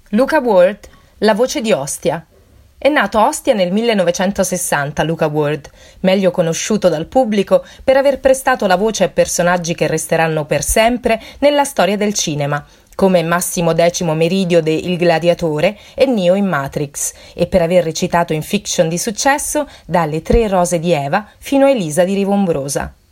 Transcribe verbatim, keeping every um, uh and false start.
Luca Ward, la voce di Ostia. È nato a Ostia nel millenovecentosessanta Luca Ward, meglio conosciuto dal pubblico per aver prestato la voce a personaggi che resteranno per sempre nella storia del cinema, come Massimo Decimo Meridio de Il Gladiatore e Neo in Matrix, e per aver recitato in fiction di successo dalle Tre rose di Eva fino a Elisa di Rivombrosa.